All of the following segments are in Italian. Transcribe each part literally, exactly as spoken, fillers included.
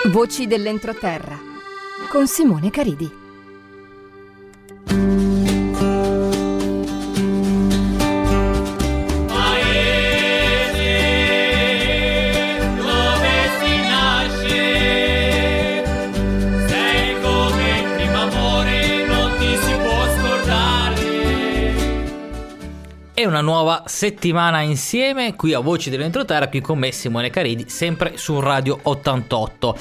Voci dell'entroterra con Simone Caridi. È una nuova settimana insieme qui a Voci dell'Entroterra, qui con me Simone Caridi, sempre su Radio ottantotto.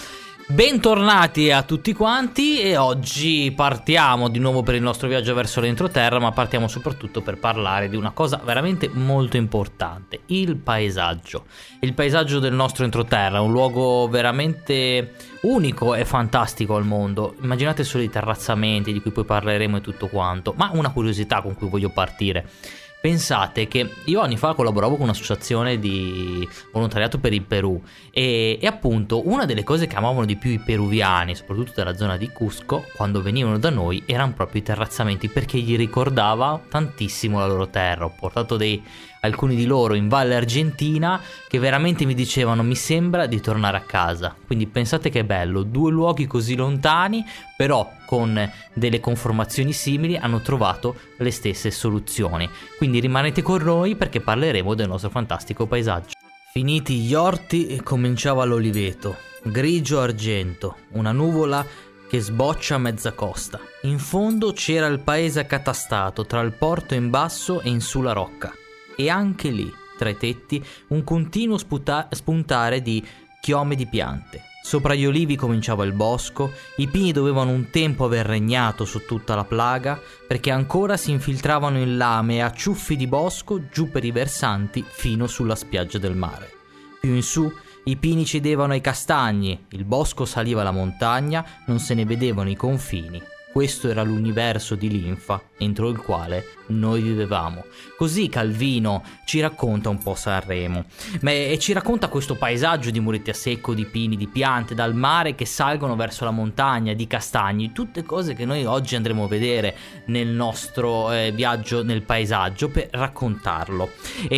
Bentornati a tutti quanti e oggi partiamo di nuovo per il nostro viaggio verso l'entroterra, ma partiamo soprattutto per parlare di una cosa veramente molto importante: il paesaggio. Il paesaggio del nostro entroterra, un luogo veramente unico e fantastico al mondo. Immaginate solo i terrazzamenti di cui poi parleremo e tutto quanto, ma una curiosità con cui voglio partire. Pensate che io anni fa collaboravo con un'associazione di volontariato per il Perù e, e appunto una delle cose che amavano di più i peruviani, soprattutto della zona di Cusco, quando venivano da noi, erano proprio i terrazzamenti, perché gli ricordava tantissimo la loro terra. Ho portato dei, alcuni di loro in Valle Argentina che veramente mi dicevano: mi sembra di tornare a casa. Quindi pensate che bello, due luoghi così lontani però con delle conformazioni simili hanno trovato le stesse soluzioni. Quindi rimanete con noi perché parleremo del nostro fantastico paesaggio. Finiti gli orti cominciava l'oliveto, grigio argento, una nuvola che sboccia a mezza costa. In fondo c'era il paese accatastato tra il porto in basso e in su la rocca. E anche lì, tra i tetti, un continuo sputa- spuntare di chiome di piante. Sopra gli olivi cominciava il bosco, i pini dovevano un tempo aver regnato su tutta la plaga, perché ancora si infiltravano in lame a ciuffi di bosco giù per i versanti fino sulla spiaggia del mare. Più in su i pini cedevano ai castagni, il bosco saliva la montagna, non se ne vedevano i confini. Questo era l'universo di linfa entro il quale noi vivevamo. Così Calvino ci racconta un po' Sanremo. Beh, e ci racconta questo paesaggio di muretti a secco, di pini, di piante, dal mare che salgono verso la montagna, di castagni, tutte cose che noi oggi andremo a vedere nel nostro eh, viaggio nel paesaggio per raccontarlo.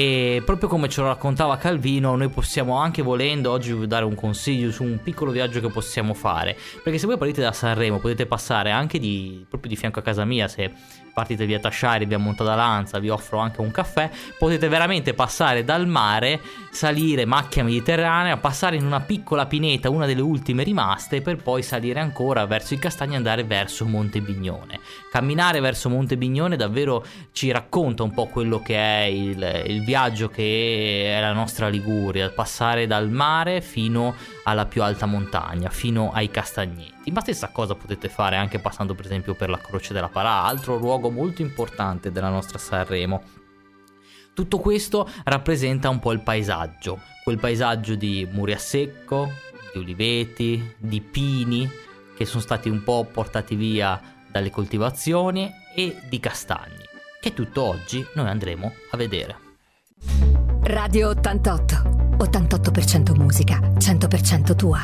E proprio come ce lo raccontava Calvino, noi possiamo anche, volendo, oggi vi dare un consiglio su un piccolo viaggio che possiamo fare, perché se voi partite da Sanremo potete passare anche di, proprio di fianco a casa mia. Se partite via Tasciari, via Montadalanza, vi offro anche un caffè. Potete veramente passare dal mare, salire macchia mediterranea, passare in una piccola pineta, una delle ultime rimaste, per poi salire ancora verso i castagni e andare verso Monte Bignone. Camminare verso Monte Bignone davvero ci racconta un po' quello che è il, il viaggio che è la nostra Liguria, passare dal mare fino alla più alta montagna, fino ai castagneti. Ma stessa cosa potete fare anche passando per esempio per la Croce della Parà, altro luogo molto importante della nostra Sanremo. Tutto questo rappresenta un po' il paesaggio, quel paesaggio di muri a secco, di oliveti, di pini che sono stati un po' portati via dalle coltivazioni e di castagni, che tutto oggi noi andremo a vedere. Radio ottantotto, ottantotto per cento musica, cento per cento tua.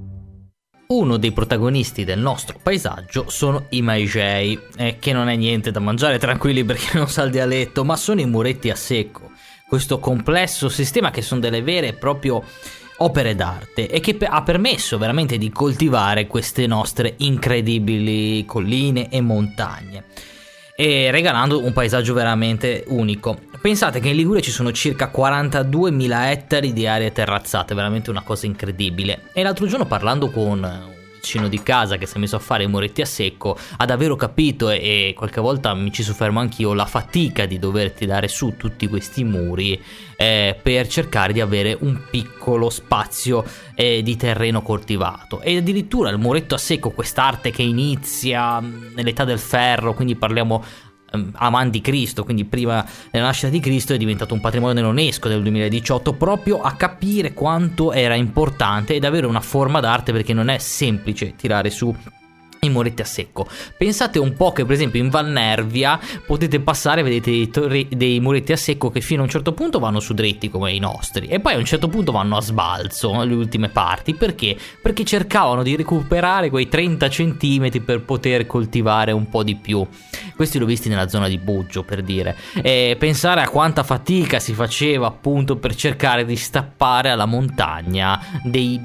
Uno dei protagonisti del nostro paesaggio sono i maigei, eh, che non è niente da mangiare, tranquilli perché non sa il dialetto, ma sono i muretti a secco, questo complesso sistema che sono delle vere e proprie opere d'arte e che ha permesso veramente di coltivare queste nostre incredibili colline e montagne, e regalando un paesaggio veramente unico. Pensate che in Liguria ci sono circa quarantaduemila ettari di aree terrazzate, veramente una cosa incredibile. E l'altro giorno, parlando con un vicino di casa che si è messo a fare i muretti a secco, ha davvero capito, e, e qualche volta mi ci soffermo anch'io, la fatica di dover tirare su tutti questi muri eh, per cercare di avere un piccolo spazio eh, di terreno coltivato. E addirittura il muretto a secco, quest'arte che inizia nell'età del ferro, quindi parliamo avanti Cristo, quindi prima della nascita di Cristo, è diventato un patrimonio dell'UNESCO nel duemiladiciotto, proprio a capire quanto era importante ed avere una forma d'arte, perché non è semplice tirare su i muretti a secco. Pensate un po' che per esempio in Val Nervia potete passare, vedete dei, torri, dei muretti a secco che fino a un certo punto vanno su dritti come i nostri e poi a un certo punto vanno a sbalzo le ultime parti. Perché? Perché cercavano di recuperare quei trenta centimetri per poter coltivare un po' di più. Questi l'ho visti nella zona di Buggio, per dire, e pensare a quanta fatica si faceva appunto per cercare di stappare alla montagna dei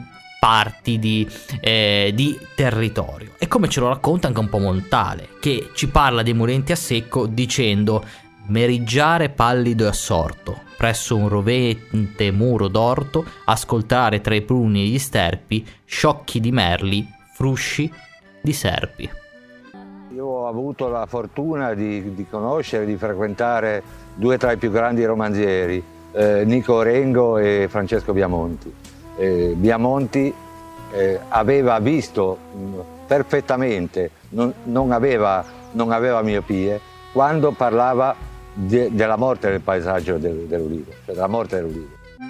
parti di, eh, di territorio. E come ce lo racconta anche un po' Montale, che ci parla dei morenti a secco dicendo: meriggiare pallido e assorto presso un rovente muro d'orto, ascoltare tra i pruni e gli sterpi sciocchi di merli, frusci di serpi. Io ho avuto la fortuna di, di conoscere, di frequentare due tra i più grandi romanzieri, eh, Nico Orengo e Francesco Biamonti. Eh, Biamonti eh, aveva visto mh, perfettamente, non, non, aveva, non aveva miopie, quando parlava de, della morte del paesaggio del, dell'ulivo, cioè della morte dell'ulivo.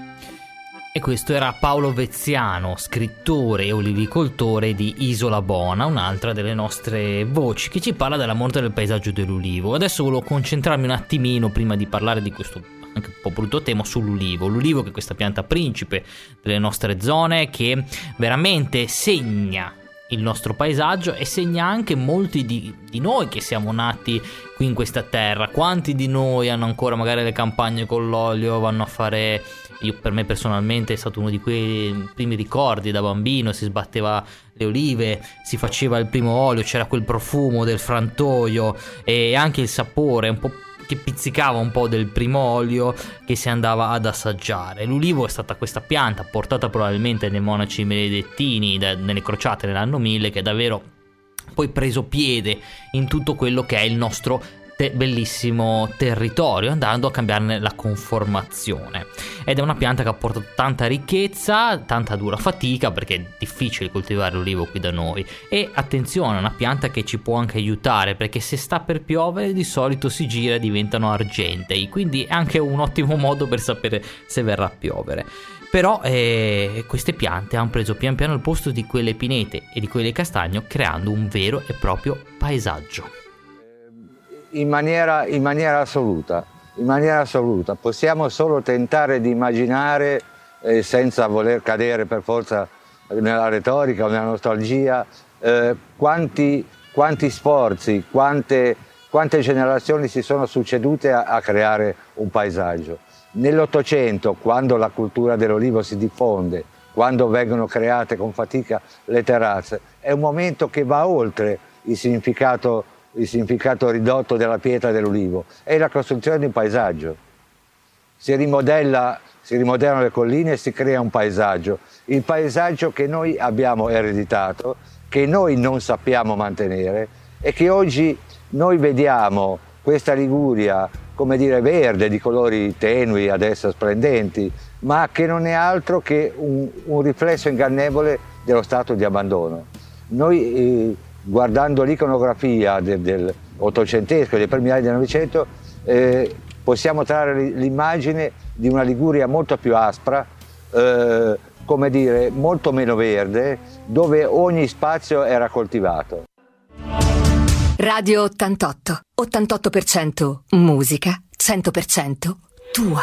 E questo era Paolo Veziano, scrittore e olivicoltore di Isola Bona, un'altra delle nostre voci, che ci parla della morte del paesaggio dell'ulivo. Adesso volevo concentrarmi un attimino, prima di parlare di questo anche un po' brutto tema, sull'ulivo. L'ulivo, che è questa pianta principe delle nostre zone, che veramente segna il nostro paesaggio e segna anche molti di, di noi che siamo nati qui in questa terra. Quanti di noi hanno ancora magari le campagne con l'olio, vanno a fare... Io, per me personalmente, è stato uno di quei primi ricordi da bambino. Si sbatteva le olive, si faceva il primo olio, c'era quel profumo del frantoio e anche il sapore un po' che pizzicava un po' del primo olio che si andava ad assaggiare. L'ulivo è stata questa pianta portata probabilmente dai monaci benedettini da, nelle crociate nell'anno mille, che ha davvero poi preso piede in tutto quello che è il nostro te- bellissimo territorio, andando a cambiarne la conformazione. Ed è una pianta che ha portato tanta ricchezza, tanta dura fatica, perché è difficile coltivare l'ulivo qui da noi. E attenzione, è una pianta che ci può anche aiutare, perché se sta per piovere di solito si gira e diventano argentei, quindi è anche un ottimo modo per sapere se verrà a piovere. Però eh, queste piante hanno preso pian piano il posto di quelle pinete e di quelle castagno, creando un vero e proprio paesaggio. In maniera, in maniera assoluta, in maniera assoluta. Possiamo solo tentare di immaginare, eh, senza voler cadere per forza nella retorica o nella nostalgia, eh, quanti, quanti sforzi, quante, quante generazioni si sono succedute a, a creare un paesaggio. Nell'Ottocento, quando la cultura dell'olivo si diffonde, quando vengono create con fatica le terrazze, è un momento che va oltre il significato il significato ridotto della pietra dell'ulivo, è la costruzione di un paesaggio. Si rimodella, si rimodellano le colline e si crea un paesaggio. Il paesaggio che noi abbiamo ereditato, che noi non sappiamo mantenere e che oggi noi vediamo questa Liguria, come dire, verde, di colori tenui, adesso splendenti, ma che non è altro che un, un riflesso ingannevole dello stato di abbandono. Noi, eh, guardando l'iconografia del, del ottocentesco e dei primi anni del Novecento, eh, possiamo trarre l'immagine di una Liguria molto più aspra, eh, come dire, molto meno verde, dove ogni spazio era coltivato. Radio ottantotto, ottantotto per cento musica, cento per cento tua.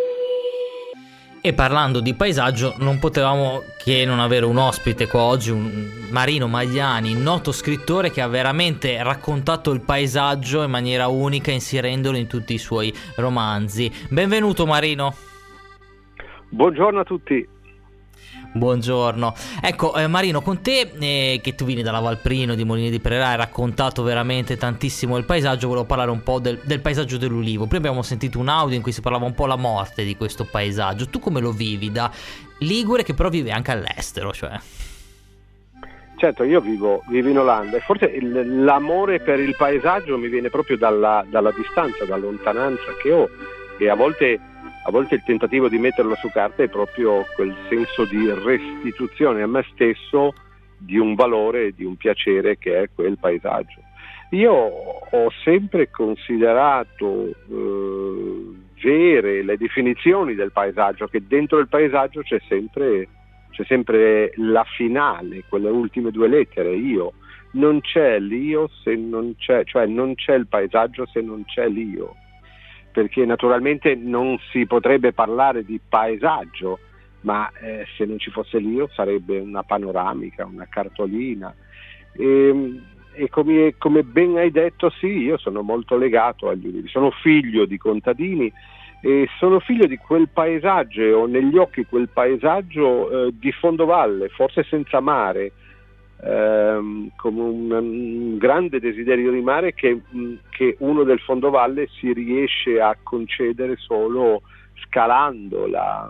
E parlando di paesaggio, non potevamo che non avere un ospite qua oggi, un Marino Magliani, noto scrittore che ha veramente raccontato il paesaggio in maniera unica, inserendolo in tutti i suoi romanzi. Benvenuto Marino. Buongiorno a tutti. Buongiorno. Ecco, eh, Marino, con te, eh, che tu vieni dalla Valprino di Molini di Prera, hai raccontato veramente tantissimo il paesaggio. Volevo parlare un po' del, del paesaggio dell'ulivo. Prima abbiamo sentito un audio in cui si parlava un po' la morte di questo paesaggio. Tu come lo vivi da ligure, che però vive anche all'estero, cioè? Certo, io vivo, vivo in Olanda e forse il, l'amore per il paesaggio mi viene proprio dalla, dalla distanza, dalla lontananza che ho, e a volte... A volte il tentativo di metterlo su carta è proprio quel senso di restituzione a me stesso di un valore, di un piacere che è quel paesaggio. Io ho sempre considerato eh, vere le definizioni del paesaggio, che dentro il paesaggio c'è sempre, c'è sempre la finale, quelle ultime due lettere, io. Non c'è l'io se non c'è, cioè non c'è il paesaggio se non c'è l'io. Perché naturalmente non si potrebbe parlare di paesaggio, ma eh, se non ci fosse l'io sarebbe una panoramica, una cartolina. E, e come, come ben hai detto, sì, io sono molto legato agli ulivi, sono figlio di contadini e sono figlio di quel paesaggio, e ho negli occhi quel paesaggio eh, di fondovalle, forse senza mare, ehm, come un, un grande desiderio di mare che, che uno del fondovalle si riesce a concedere solo scalando la,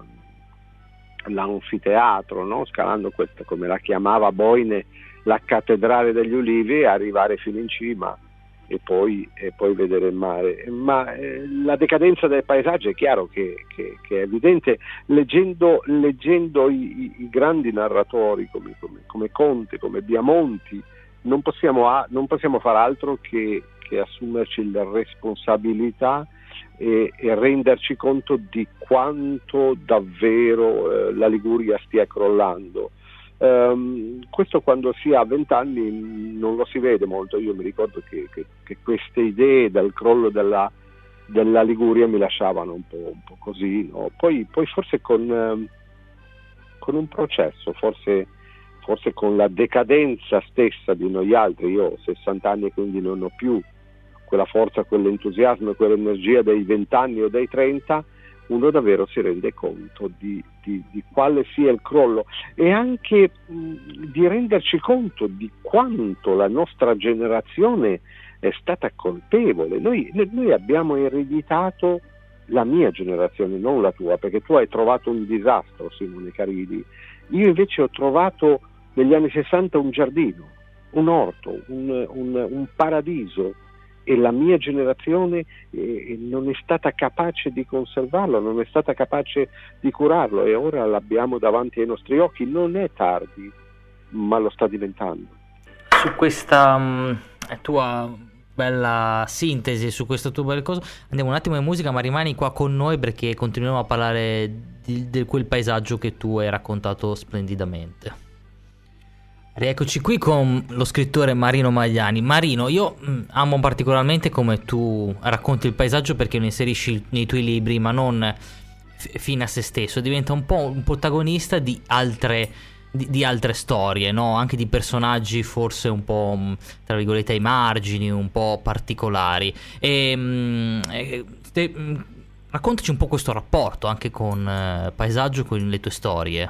l'anfiteatro, no? Scalando questa, come la chiamava Boine, la cattedrale degli ulivi, e arrivare fino in cima e poi, e poi vedere il mare. Ma eh, la decadenza del paesaggio è chiaro che, che, che è evidente. Leggendo, leggendo i, i, i grandi narratori come, come, come Conte, come Biamonti, non possiamo, a, non possiamo far altro che, che assumerci la responsabilità e, e renderci conto di quanto davvero eh, la Liguria stia crollando. Um, questo quando si ha vent'anni non lo si vede molto. Io mi ricordo che, che, che queste idee del crollo della, della Liguria mi lasciavano un po', un po' così, no? Poi, poi forse con, um, con un processo, forse, forse con la decadenza stessa di noi altri. Io ho sessanta anni e quindi non ho più quella forza, quell'entusiasmo e quell'energia dei vent'anni o dei trenta. Uno davvero si rende conto di, di, di quale sia il crollo, e anche mh, di renderci conto di quanto la nostra generazione è stata colpevole. Noi, noi abbiamo ereditato, la mia generazione, non la tua, perché tu hai trovato un disastro, Simone Caridi. Io invece ho trovato negli anni sessanta un giardino, un orto, un, un, un paradiso, e la mia generazione eh, non è stata capace di conservarlo, non è stata capace di curarlo, e ora l'abbiamo davanti ai nostri occhi. Non è tardi, ma lo sta diventando. Su questa um, tua bella sintesi, su questo tuo bel coso, andiamo un attimo in musica, ma rimani qua con noi perché continuiamo a parlare di, di quel paesaggio che tu hai raccontato splendidamente. Rieccoci qui con lo scrittore Marino Magliani. Marino, io mh, amo particolarmente come tu racconti il paesaggio, perché lo inserisci nei tuoi libri, ma non f- fine a se stesso, diventa un po' un protagonista di altre, di, di altre storie, no? Anche di personaggi forse un po', mh, tra virgolette, ai margini, un po' particolari. E, mh, e te, mh, raccontaci un po' questo rapporto anche con eh, paesaggio, con le tue storie.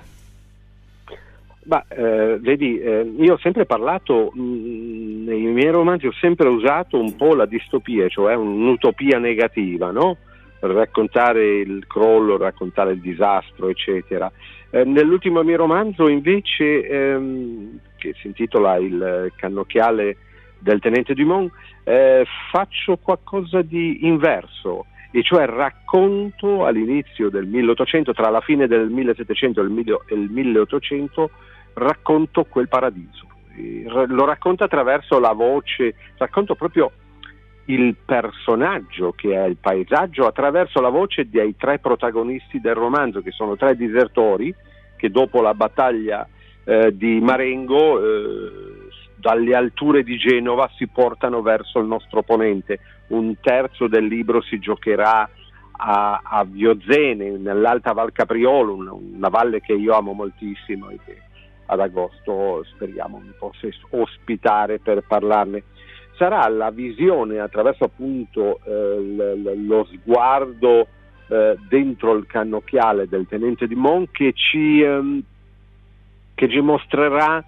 Bah, eh, vedi, eh, io ho sempre parlato, mh, nei miei romanzi ho sempre usato un po' la distopia, cioè un'utopia negativa, no? Per raccontare il crollo, raccontare il disastro, eccetera. Eh, nell'ultimo mio romanzo invece, ehm, che si intitola Il cannocchiale del tenente Dumont, eh, faccio qualcosa di inverso, e cioè racconto all'inizio del milleottocento, tra la fine del millesettecento e il milleottocento, racconto quel paradiso. Lo racconto attraverso la voce, racconto proprio il personaggio che è il paesaggio attraverso la voce dei tre protagonisti del romanzo, che sono tre disertori che dopo la battaglia eh, di Marengo eh, dalle alture di Genova si portano verso il nostro ponente. Un terzo del libro si giocherà a, a Viozene, nell'Alta Val Capriolo, una, una valle che io amo moltissimo e che ad agosto speriamo mi possa ospitare per parlarne. Sarà la visione attraverso appunto eh, l- lo sguardo eh, dentro il cannocchiale del tenente Dumont che ci, ehm, che ci mostrerà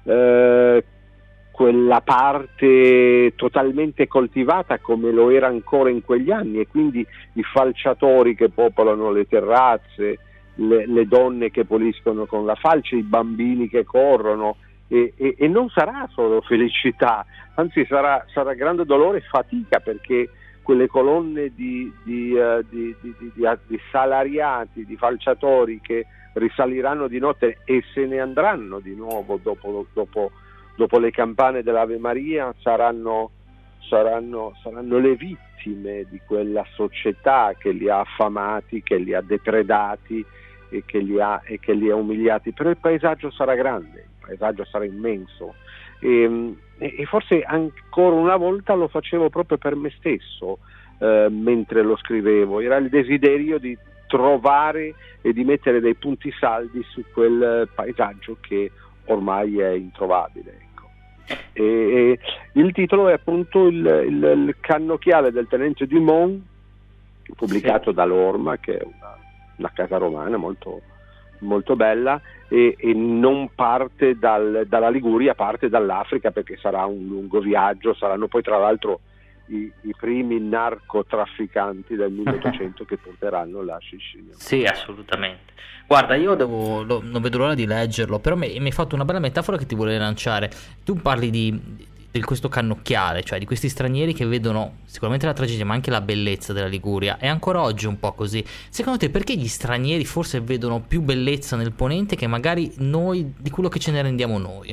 eh, quella parte totalmente coltivata come lo era ancora in quegli anni, e quindi i falciatori che popolano le terrazze, Le, le donne che puliscono con la falce, i bambini che corrono, e, e, e non sarà solo felicità, anzi sarà, sarà grande dolore e fatica, perché quelle colonne di, di, uh, di, di, di, di, di salariati, di falciatori che risaliranno di notte e se ne andranno di nuovo dopo, dopo, dopo le campane dell'Ave Maria, saranno, saranno, saranno le vittime di quella società che li ha affamati, che li ha depredati e che li ha, e che li ha umiliati. Però il paesaggio sarà grande, il paesaggio sarà immenso, e, e forse ancora una volta lo facevo proprio per me stesso eh, mentre lo scrivevo. Era il desiderio di trovare e di mettere dei punti saldi su quel paesaggio che ormai è introvabile, ecco. E, e il titolo è appunto il, il, il cannocchiale del tenente Dumont, pubblicato sì. dall'Orma, che è una, una casa romana molto, molto bella, e, e non parte dal, dalla Liguria, parte dall'Africa, perché sarà un lungo viaggio, saranno poi tra l'altro i, i primi narcotrafficanti del milleottocento che porteranno la Sicilia. Sì, assolutamente. Guarda, io devo, lo, non vedo l'ora di leggerlo, però mi hai fatto una bella metafora che ti volevo lanciare. Tu parli di di questo cannocchiale, cioè di questi stranieri che vedono sicuramente la tragedia ma anche la bellezza della Liguria. È ancora oggi un po' così. Secondo te perché gli stranieri forse vedono più bellezza nel ponente che magari noi di quello che ce ne rendiamo noi?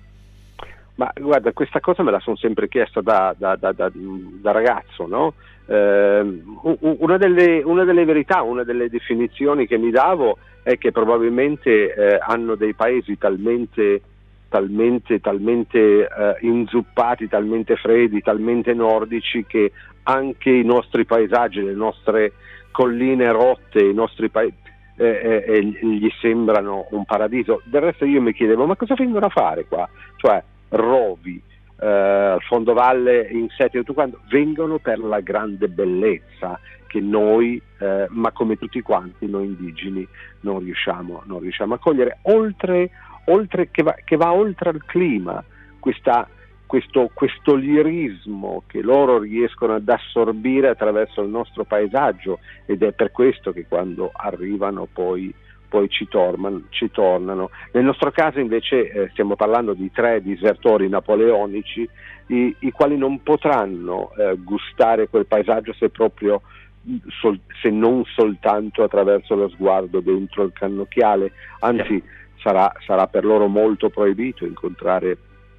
Ma guarda, questa cosa me la sono sempre chiesta da, da, da, da, da ragazzo, no? Eh, una, delle, una delle verità, una delle definizioni che mi davo è che probabilmente eh, hanno dei paesi talmente talmente talmente eh, inzuppati, talmente freddi, talmente nordici, che anche i nostri paesaggi, le nostre colline rotte, i nostri paesi eh, eh, gli sembrano un paradiso. Del resto io mi chiedevo, ma cosa vengono a fare qua? Cioè rovi, eh, al fondovalle, insetti, tutto quanto, vengono per la grande bellezza che noi, eh, ma come tutti quanti noi indigeni, non riusciamo, non riusciamo a cogliere, oltre oltre che va, che va oltre al clima, questa, questo, questo lirismo che loro riescono ad assorbire attraverso il nostro paesaggio, ed è per questo che quando arrivano poi, poi ci, tornano, ci tornano. Nel nostro caso invece eh, stiamo parlando di tre disertori napoleonici, i, i quali non potranno eh, gustare quel paesaggio se proprio sol, se non soltanto attraverso lo sguardo dentro il cannocchiale, anzi Sarà, sarà per loro molto proibito incontrare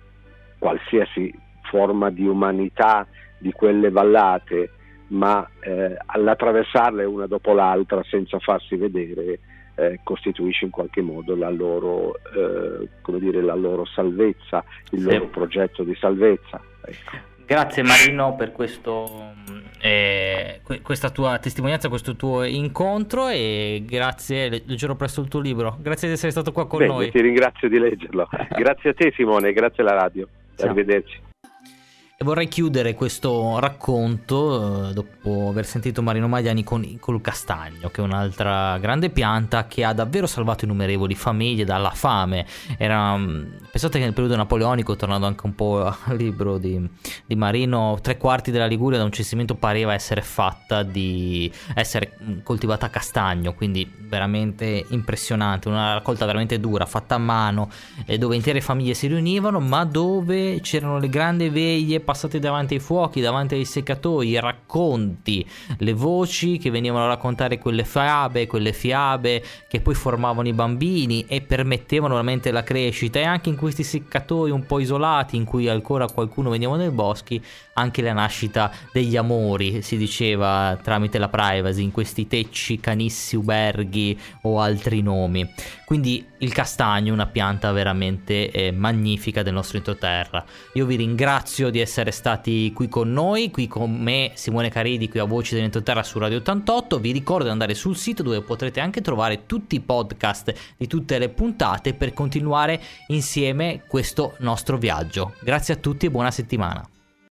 qualsiasi forma di umanità di quelle vallate, ma eh, all'attraversarle una dopo l'altra senza farsi vedere eh, costituisce in qualche modo la loro, eh, come dire, la loro salvezza, il loro sì. progetto di salvezza. Ecco. Grazie Marino per questo, eh, questa tua testimonianza, questo tuo incontro, e grazie, leggerò presto il tuo libro. Grazie di essere stato qua con Bene, noi. Ti ringrazio di leggerlo. Grazie a te Simone, grazie alla radio. Ciao. Arrivederci. E vorrei chiudere questo racconto eh, dopo aver sentito Marino Magliani con col castagno, che è un'altra grande pianta che ha davvero salvato innumerevoli famiglie dalla fame. Era, pensate che nel periodo napoleonico, tornando anche un po' al libro di, di Marino, tre quarti della Liguria da un censimento pareva essere fatta di essere coltivata a castagno, quindi veramente impressionante, una raccolta veramente dura, fatta a mano, eh, dove intere famiglie si riunivano, ma dove c'erano le grandi veglie passate davanti ai fuochi, davanti ai seccatoi, i racconti, le voci che venivano a raccontare quelle fiabe, quelle fiabe che poi formavano i bambini e permettevano veramente la crescita. E anche in questi seccatoi un po' isolati, in cui ancora qualcuno veniva nei boschi, anche la nascita degli amori, si diceva, tramite la privacy, in questi tecci, canissi, uberghi o altri nomi. Quindi il castagno, una pianta veramente eh, magnifica del nostro entroterra. Io vi ringrazio di essere stati qui con noi, qui con me Simone Caridi, qui a Voci dell'Entroterra su Radio ottantotto. Vi ricordo di andare sul sito, dove potrete anche trovare tutti i podcast di tutte le puntate per continuare insieme questo nostro viaggio. Grazie a tutti e buona settimana.